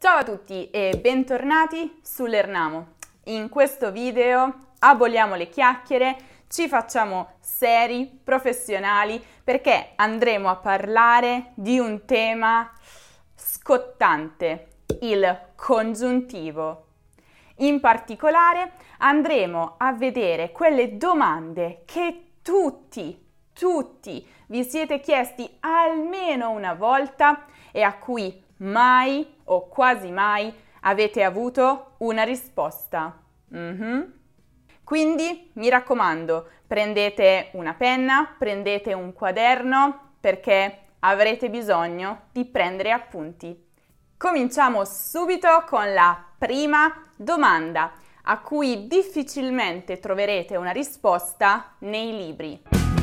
Ciao a tutti e bentornati su Lernamo. In questo video aboliamo le chiacchiere, ci facciamo seri, professionali, perché andremo a parlare di un tema scottante, il congiuntivo. In particolare andremo a vedere quelle domande che tutti vi siete chiesti almeno una volta e a cui mai o quasi mai avete avuto una risposta. Quindi mi raccomando, prendete una penna, prendete un quaderno perché avrete bisogno di prendere appunti. Cominciamo subito con la prima domanda, a cui difficilmente troverete una risposta nei libri.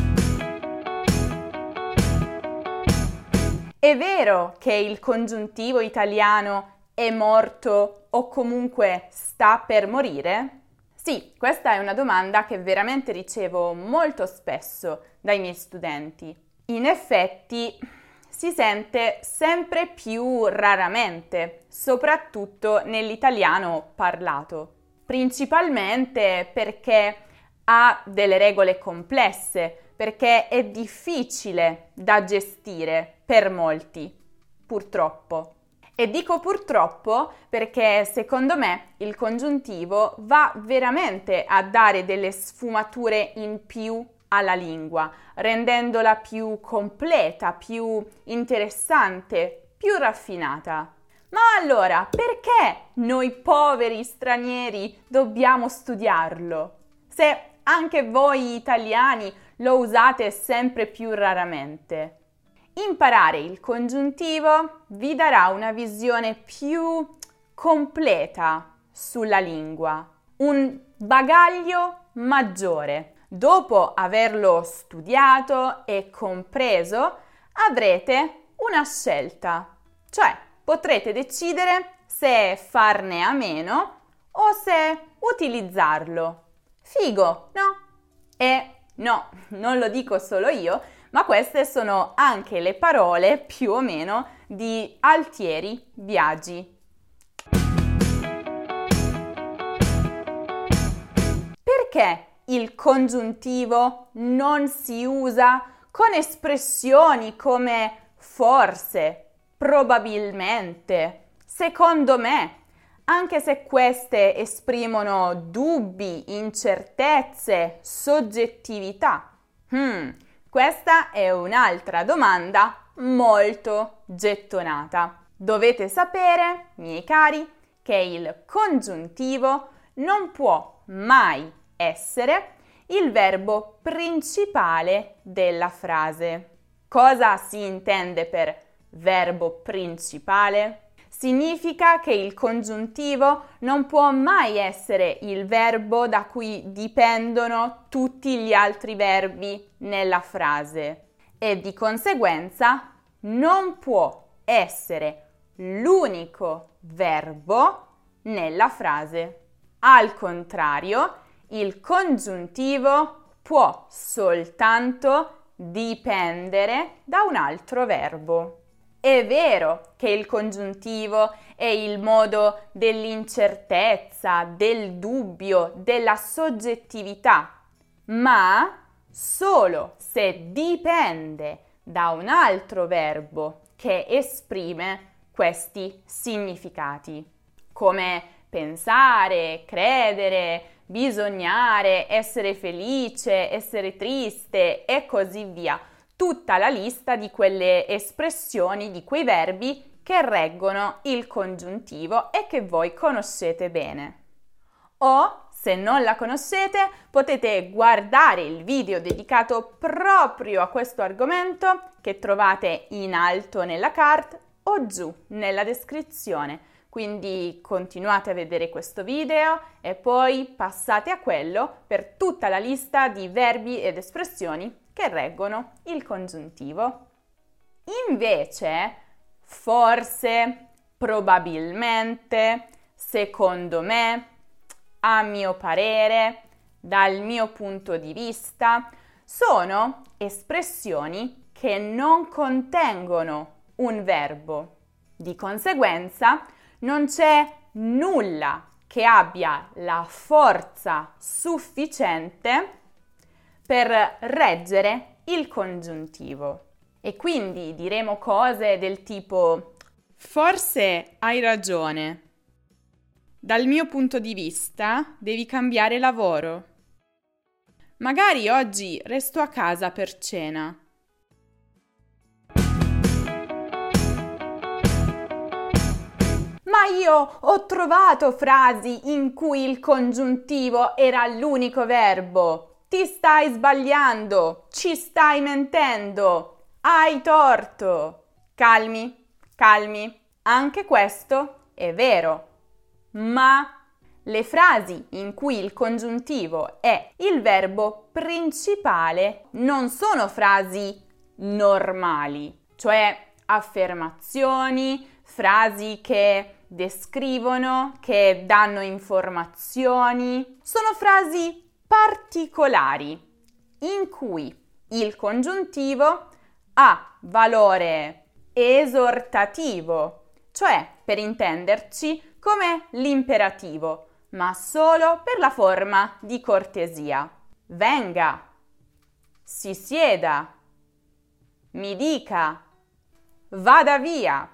È vero che il congiuntivo italiano è morto o comunque sta per morire? Sì, questa è una domanda che veramente ricevo molto spesso dai miei studenti. In effetti si sente sempre più raramente, soprattutto nell'italiano parlato, principalmente perché ha delle regole complesse, perché è difficile da gestire per molti, purtroppo. E dico purtroppo perché secondo me il congiuntivo va veramente a dare delle sfumature in più alla lingua, rendendola più completa, più interessante, più raffinata. Ma allora, perché noi poveri stranieri dobbiamo studiarlo? Se anche voi italiani lo usate sempre più raramente. Imparare il congiuntivo vi darà una visione più completa sulla lingua, un bagaglio maggiore. Dopo averlo studiato e compreso, avrete una scelta, cioè potrete decidere se farne a meno o se utilizzarlo. Figo, no? E no, non lo dico solo io, ma queste sono anche le parole più o meno di Altieri Biagi. Perché il congiuntivo non si usa con espressioni come forse, probabilmente, secondo me, anche se queste esprimono dubbi, incertezze, soggettività? Questa è un'altra domanda molto gettonata. Dovete sapere, miei cari, che il congiuntivo non può mai essere il verbo principale della frase. Cosa si intende per verbo principale? Significa che il congiuntivo non può mai essere il verbo da cui dipendono tutti gli altri verbi nella frase e di conseguenza non può essere l'unico verbo nella frase. Al contrario, il congiuntivo può soltanto dipendere da un altro verbo. È vero che il congiuntivo è il modo dell'incertezza, del dubbio, della soggettività, ma solo se dipende da un altro verbo che esprime questi significati, come pensare, credere, bisognare, essere felice, essere triste e così via. Tutta la lista di quelle espressioni, di quei verbi che reggono il congiuntivo e che voi conoscete bene. O, se non la conoscete, potete guardare il video dedicato proprio a questo argomento che trovate in alto nella card o giù nella descrizione. Quindi continuate a vedere questo video e poi passate a quello per tutta la lista di verbi ed espressioni che reggono il congiuntivo. Invece, forse, probabilmente, secondo me, a mio parere, dal mio punto di vista, sono espressioni che non contengono un verbo. Di conseguenza, non c'è nulla che abbia la forza sufficiente per reggere il congiuntivo. E quindi diremo cose del tipo: forse hai ragione. Dal mio punto di vista devi cambiare lavoro. Magari oggi resto a casa per cena. Ma io ho trovato frasi in cui il congiuntivo era l'unico verbo. Ti stai sbagliando, ci stai mentendo, hai torto. Calmi, calmi, anche questo è vero. Ma le frasi in cui il congiuntivo è il verbo principale non sono frasi normali, cioè affermazioni, frasi che descrivono, che danno informazioni. Sono frasi particolari in cui il congiuntivo ha valore esortativo, cioè, per intenderci, come l'imperativo, ma solo per la forma di cortesia. Venga, si sieda, mi dica, vada via.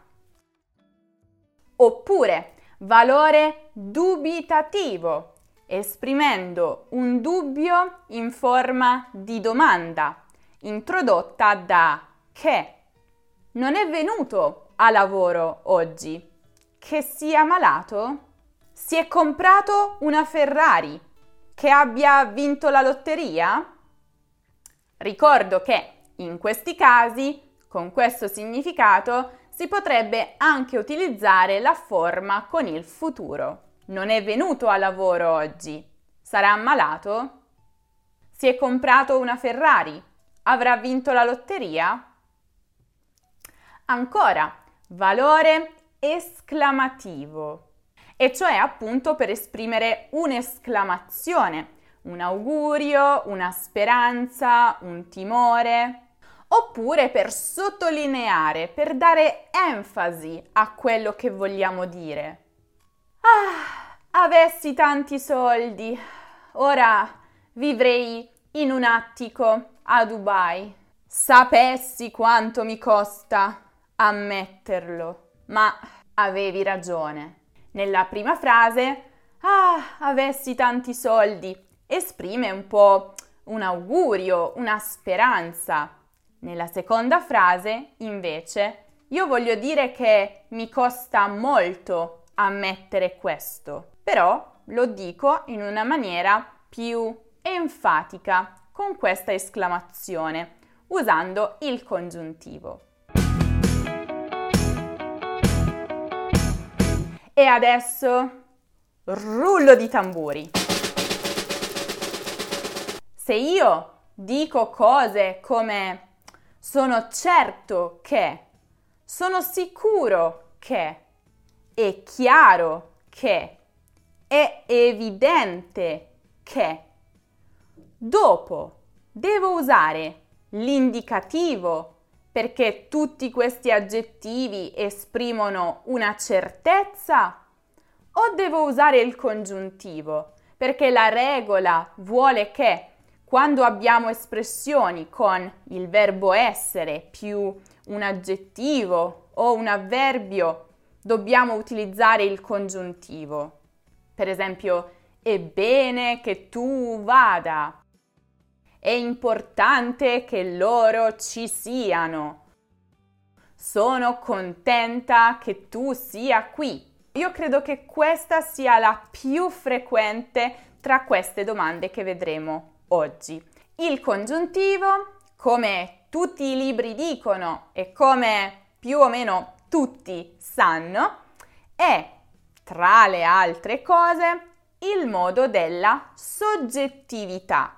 Oppure valore dubitativo, esprimendo un dubbio in forma di domanda, introdotta da che. Non è venuto a lavoro oggi. Che sia malato? Si è comprato una Ferrari? Che abbia vinto la lotteria? Ricordo che in questi casi, con questo significato, si potrebbe anche utilizzare la forma con il futuro. Non è venuto a lavoro oggi. Sarà ammalato? Si è comprato una Ferrari? Avrà vinto la lotteria? Ancora, valore esclamativo, e cioè appunto per esprimere un'esclamazione, un augurio, una speranza, un timore, oppure per sottolineare, per dare enfasi a quello che vogliamo dire. Ah, avessi tanti soldi, ora vivrei in un attico a Dubai. Sapessi quanto mi costa ammetterlo, ma avevi ragione. Nella prima frase, avessi tanti soldi, esprime un po' un augurio, una speranza. Nella seconda frase, invece, io voglio dire che mi costa molto ammettere questo, però lo dico in una maniera più enfatica, con questa esclamazione, usando il congiuntivo. E adesso rullo di tamburi. Se io dico cose come sono certo che, sono sicuro che, è chiaro che, è evidente che, dopo devo usare l'indicativo perché tutti questi aggettivi esprimono una certezza, o devo usare il congiuntivo perché la regola vuole che quando abbiamo espressioni con il verbo essere più un aggettivo o un avverbio dobbiamo utilizzare il congiuntivo. Per esempio, è bene che tu vada. È importante che loro ci siano. Sono contenta che tu sia qui. Io credo che questa sia la più frequente tra queste domande che vedremo oggi. Il congiuntivo, come tutti i libri dicono e come più o meno tutti sanno, è, tra le altre cose, il modo della soggettività.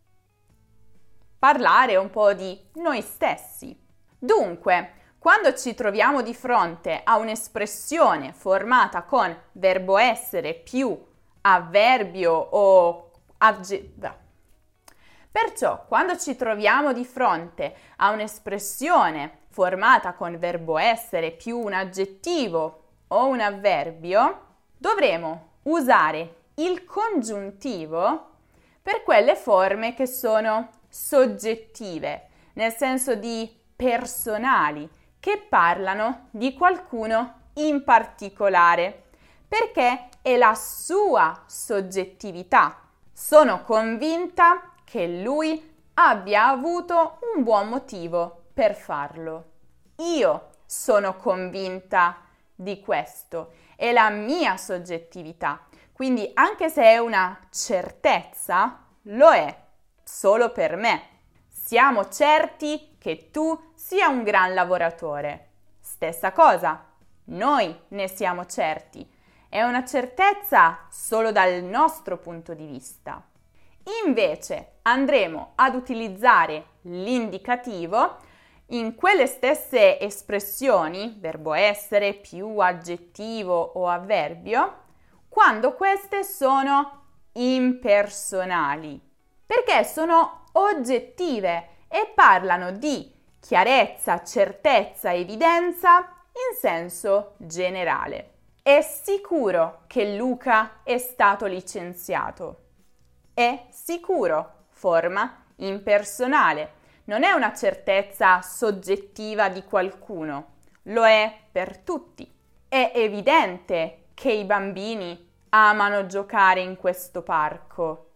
Parlare un po' di noi stessi. Dunque, quando ci troviamo di fronte a un'espressione formata con verbo essere più avverbio o aggettivo, perciò quando ci troviamo di fronte a un'espressione formata con verbo essere più un aggettivo o un avverbio, dovremo usare il congiuntivo per quelle forme che sono soggettive, nel senso di personali, che parlano di qualcuno in particolare, perché è la sua soggettività. Sono convinta che lui abbia avuto un buon motivo per farlo. Io sono convinta di questo, è la mia soggettività. Quindi anche se è una certezza, lo è solo per me. Siamo certi che tu sia un gran lavoratore. Stessa cosa, noi ne siamo certi. È una certezza solo dal nostro punto di vista. Invece andremo ad utilizzare l'indicativo in quelle stesse espressioni, verbo essere più aggettivo o avverbio, quando queste sono impersonali, perché sono oggettive e parlano di chiarezza, certezza, evidenza in senso generale. È sicuro che Luca è stato licenziato. È sicuro, forma impersonale. Non è una certezza soggettiva di qualcuno, lo è per tutti. È evidente che i bambini amano giocare in questo parco.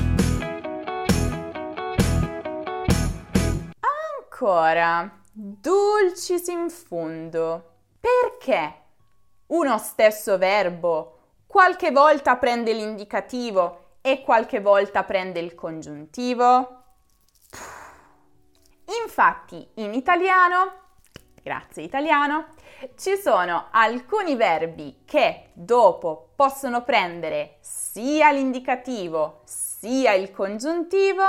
Ancora, dulcis in fundo. Perché uno stesso verbo qualche volta prende l'indicativo e qualche volta prende il congiuntivo? Infatti, in italiano, grazie italiano, ci sono alcuni verbi che dopo possono prendere sia l'indicativo sia il congiuntivo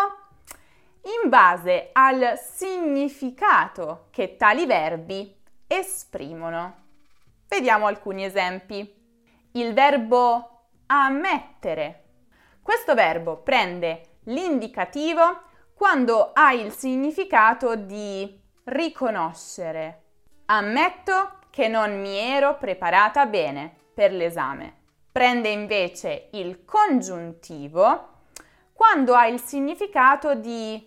in base al significato che tali verbi esprimono. Vediamo alcuni esempi. Il verbo ammettere. Questo verbo prende l'indicativo quando ha il significato di riconoscere. Ammetto che non mi ero preparata bene per l'esame. Prende invece il congiuntivo quando ha il significato di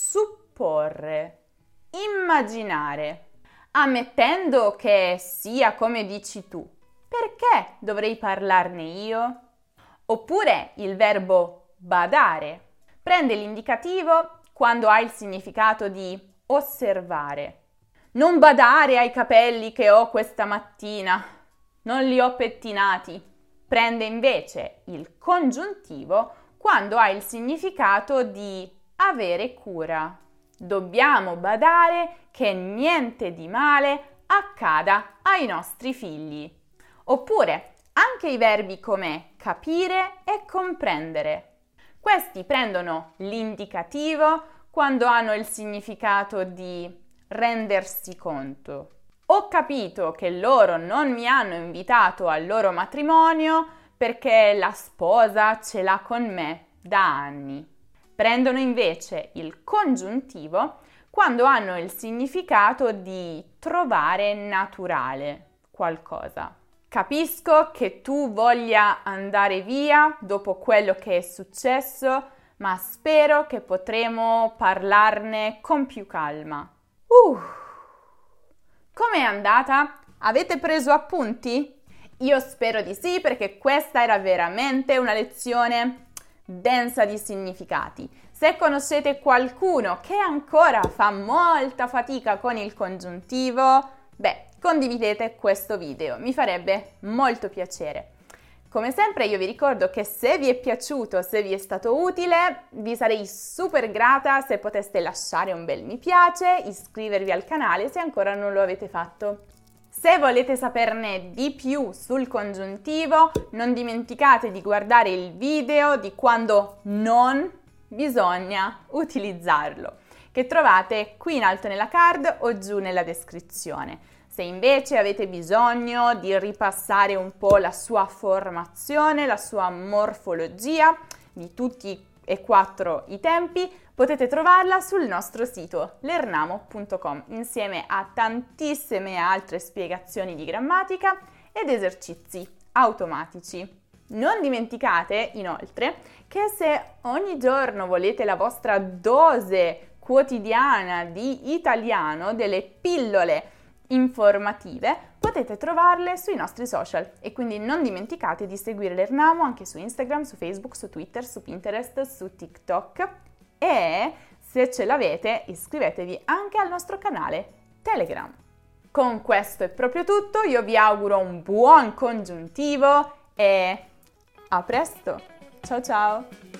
supporre, immaginare. Ammettendo che sia come dici tu, perché dovrei parlarne io? Oppure il verbo badare. Prende l'indicativo quando ha il significato di osservare. Non badare ai capelli che ho questa mattina, non li ho pettinati. Prende invece il congiuntivo quando ha il significato di avere cura. Dobbiamo badare che niente di male accada ai nostri figli. Oppure anche i verbi come capire e comprendere. Questi prendono l'indicativo quando hanno il significato di rendersi conto. Ho capito che loro non mi hanno invitato al loro matrimonio perché la sposa ce l'ha con me da anni. Prendono invece il congiuntivo quando hanno il significato di trovare naturale qualcosa. Capisco che tu voglia andare via dopo quello che è successo, ma spero che potremo parlarne con più calma. Com'è andata? Avete preso appunti? Io spero di sì, perché questa era veramente una lezione densa di significati. Se conoscete qualcuno che ancora fa molta fatica con il congiuntivo, condividete questo video, mi farebbe molto piacere. Come sempre io vi ricordo che se vi è piaciuto, se vi è stato utile, vi sarei super grata se poteste lasciare un bel mi piace, iscrivervi al canale se ancora non lo avete fatto. Se volete saperne di più sul congiuntivo, non dimenticate di guardare il video di quando non bisogna utilizzarlo, che trovate qui in alto nella card o giù nella descrizione. Se invece avete bisogno di ripassare un po' la sua formazione, la sua morfologia di tutti e 4 i tempi, potete trovarla sul nostro sito lernamo.com insieme a tantissime altre spiegazioni di grammatica ed esercizi automatici. Non dimenticate, inoltre, che se ogni giorno volete la vostra dose quotidiana di italiano, delle pillole informative, potete trovarle sui nostri social e quindi non dimenticate di seguire l'Ernamo anche su Instagram, su Facebook, su Twitter, su Pinterest, su TikTok e se ce l'avete iscrivetevi anche al nostro canale Telegram. Con questo è proprio tutto, io vi auguro un buon congiuntivo e a presto! Ciao ciao!